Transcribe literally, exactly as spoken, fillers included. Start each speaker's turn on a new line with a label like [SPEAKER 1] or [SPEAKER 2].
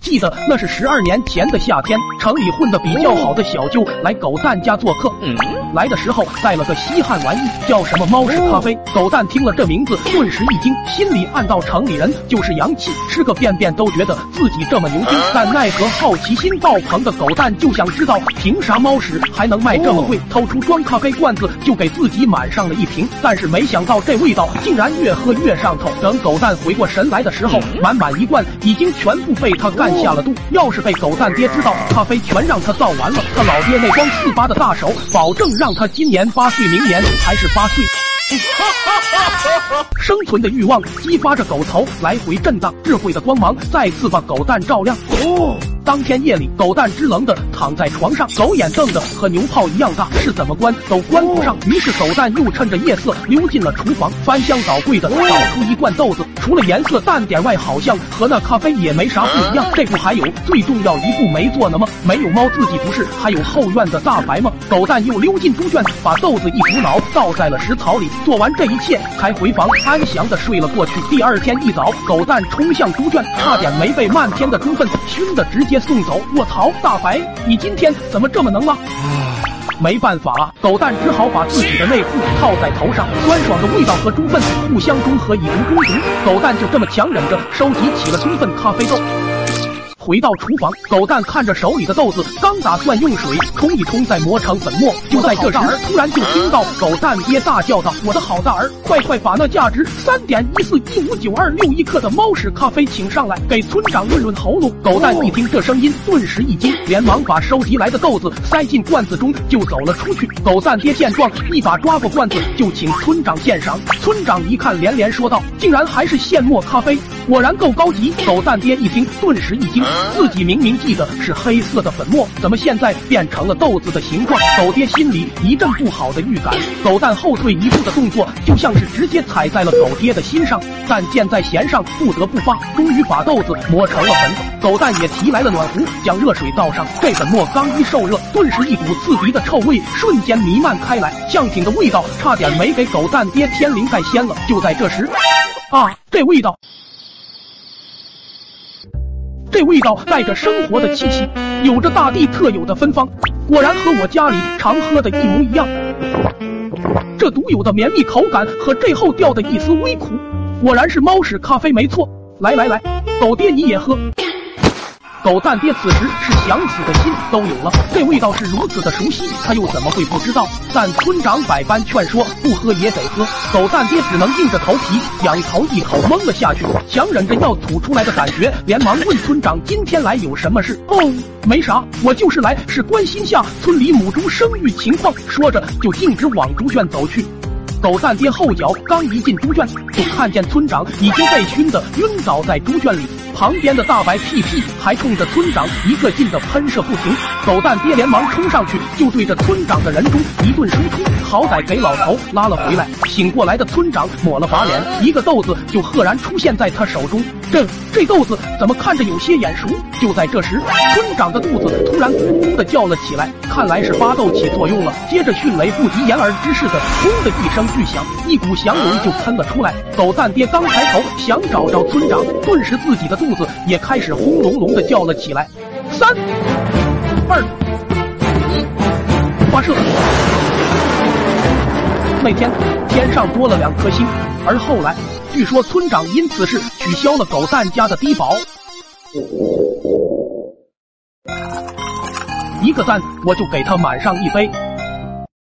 [SPEAKER 1] 记得那是十二年前的夏天，城里混得比较好的小舅来狗蛋家做客。嗯，来的时候带了个稀罕玩意，叫什么猫屎咖啡。狗蛋听了这名字，顿时一惊，心里暗道城里人就是洋气，吃个便便都觉得自己这么牛逼。但奈何好奇心爆棚的狗蛋就想知道，凭啥猫屎还能卖这么贵？掏出装咖啡罐子就给自己满上了一瓶，但是没想到这味道竟然越喝越上头。等狗蛋回过神来的时候，满满一罐已经全部被他干下了肚。要是被狗蛋爹知道，咖啡全让他造完了，他老爹那双四八的大手，保证让他今年八岁，明年还是八岁。生存的欲望激发着狗头来回震荡，智慧的光芒再次把狗蛋照亮。哦，当天夜里，狗蛋支棱的躺在床上，狗眼瞪得和牛泡一样大，是怎么关都关不上。于是狗蛋又趁着夜色溜进了厨房，翻箱倒柜的找出一罐豆子，除了颜色淡点外，好像和那咖啡也没啥不一样。这不还有最重要一步没做呢吗？没有猫自己不是还有后院的大白吗？狗蛋又溜进猪圈，把豆子一股脑倒在了食槽里。做完这一切，才回房安详的睡了过去。第二天一早，狗蛋冲向猪圈，差点没被漫天的猪粪熏得直接送走。卧槽，大白，你今天怎么这么能啊？没办法啊，狗蛋只好把自己的内裤套在头上，酸爽的味道和猪粪互相中和，以毒攻毒。狗蛋就这么强忍着收集起了猪粪咖啡豆。回到厨房，狗蛋看着手里的豆子，刚打算用水冲一冲再磨成粉末，就在这时突然就听到狗蛋爹大叫道：“我的好大儿，快快把那价值三点一四一五九二六一克的猫屎咖啡请上来，给村长润润喉咙。”狗蛋一听这声音，顿时一惊，连忙把收集来的豆子塞进罐子中就走了出去。狗蛋爹见状，一把抓过罐子就请村长鉴赏。村长一看，连连说道：“竟然还是现磨咖啡，果然够高级。”狗蛋爹一听，顿时一惊，自己明明记得是黑色的粉末，怎么现在变成了豆子的形状？狗爹心里一阵不好的预感。狗蛋后退一步的动作，就像是直接踩在了狗爹的心上。但箭在弦上，不得不发，终于把豆子磨成了粉。狗蛋也提来了暖壶，将热水倒上。这粉末刚一受热，顿时一股刺鼻的臭味瞬间弥漫开来，酱挺的味道差点没给狗蛋爹天灵盖掀了。就在这时，啊，这味道！这味道带着生活的气息，有着大地特有的芬芳，果然和我家里常喝的一模一样。这独有的绵密口感和这后调的一丝微苦，果然是猫屎咖啡没错。来来来，狗爹你也喝。狗蛋爹此时是想死的心都有了，这味道是如此的熟悉，他又怎么会不知道？但村长百般劝说，不喝也得喝。狗蛋爹只能硬着头皮仰头一口蒙了下去，强忍着要吐出来的感觉，连忙问村长今天来有什么事？哦，没啥，我就是来是关心下村里母猪生育情况。说着就径直往猪圈走去。狗蛋爹后脚刚一进猪圈，就看见村长已经被熏得晕倒在猪圈里，旁边的大白屁屁还冲着村长一个劲的喷射不停。狗蛋爹连忙冲上去，就对着村长的人中一顿输出，好歹给老头拉了回来。醒过来的村长抹了把脸，一个豆子就赫然出现在他手中。这这豆子怎么看着有些眼熟？就在这时，村长的肚子突然咕咕的叫了起来，看来是巴豆起作用了。接着迅雷不及掩耳之势的轰的一声巨响，一股祥龙就喷了出来。狗蛋爹刚抬头想找着村长，顿时自己的肚子也开始轰隆隆的叫了起来。三二一，发射！那天天上多了两颗星，而后来据说村长因此事取消了狗蛋家的低保。一个赞我就给他满上一杯。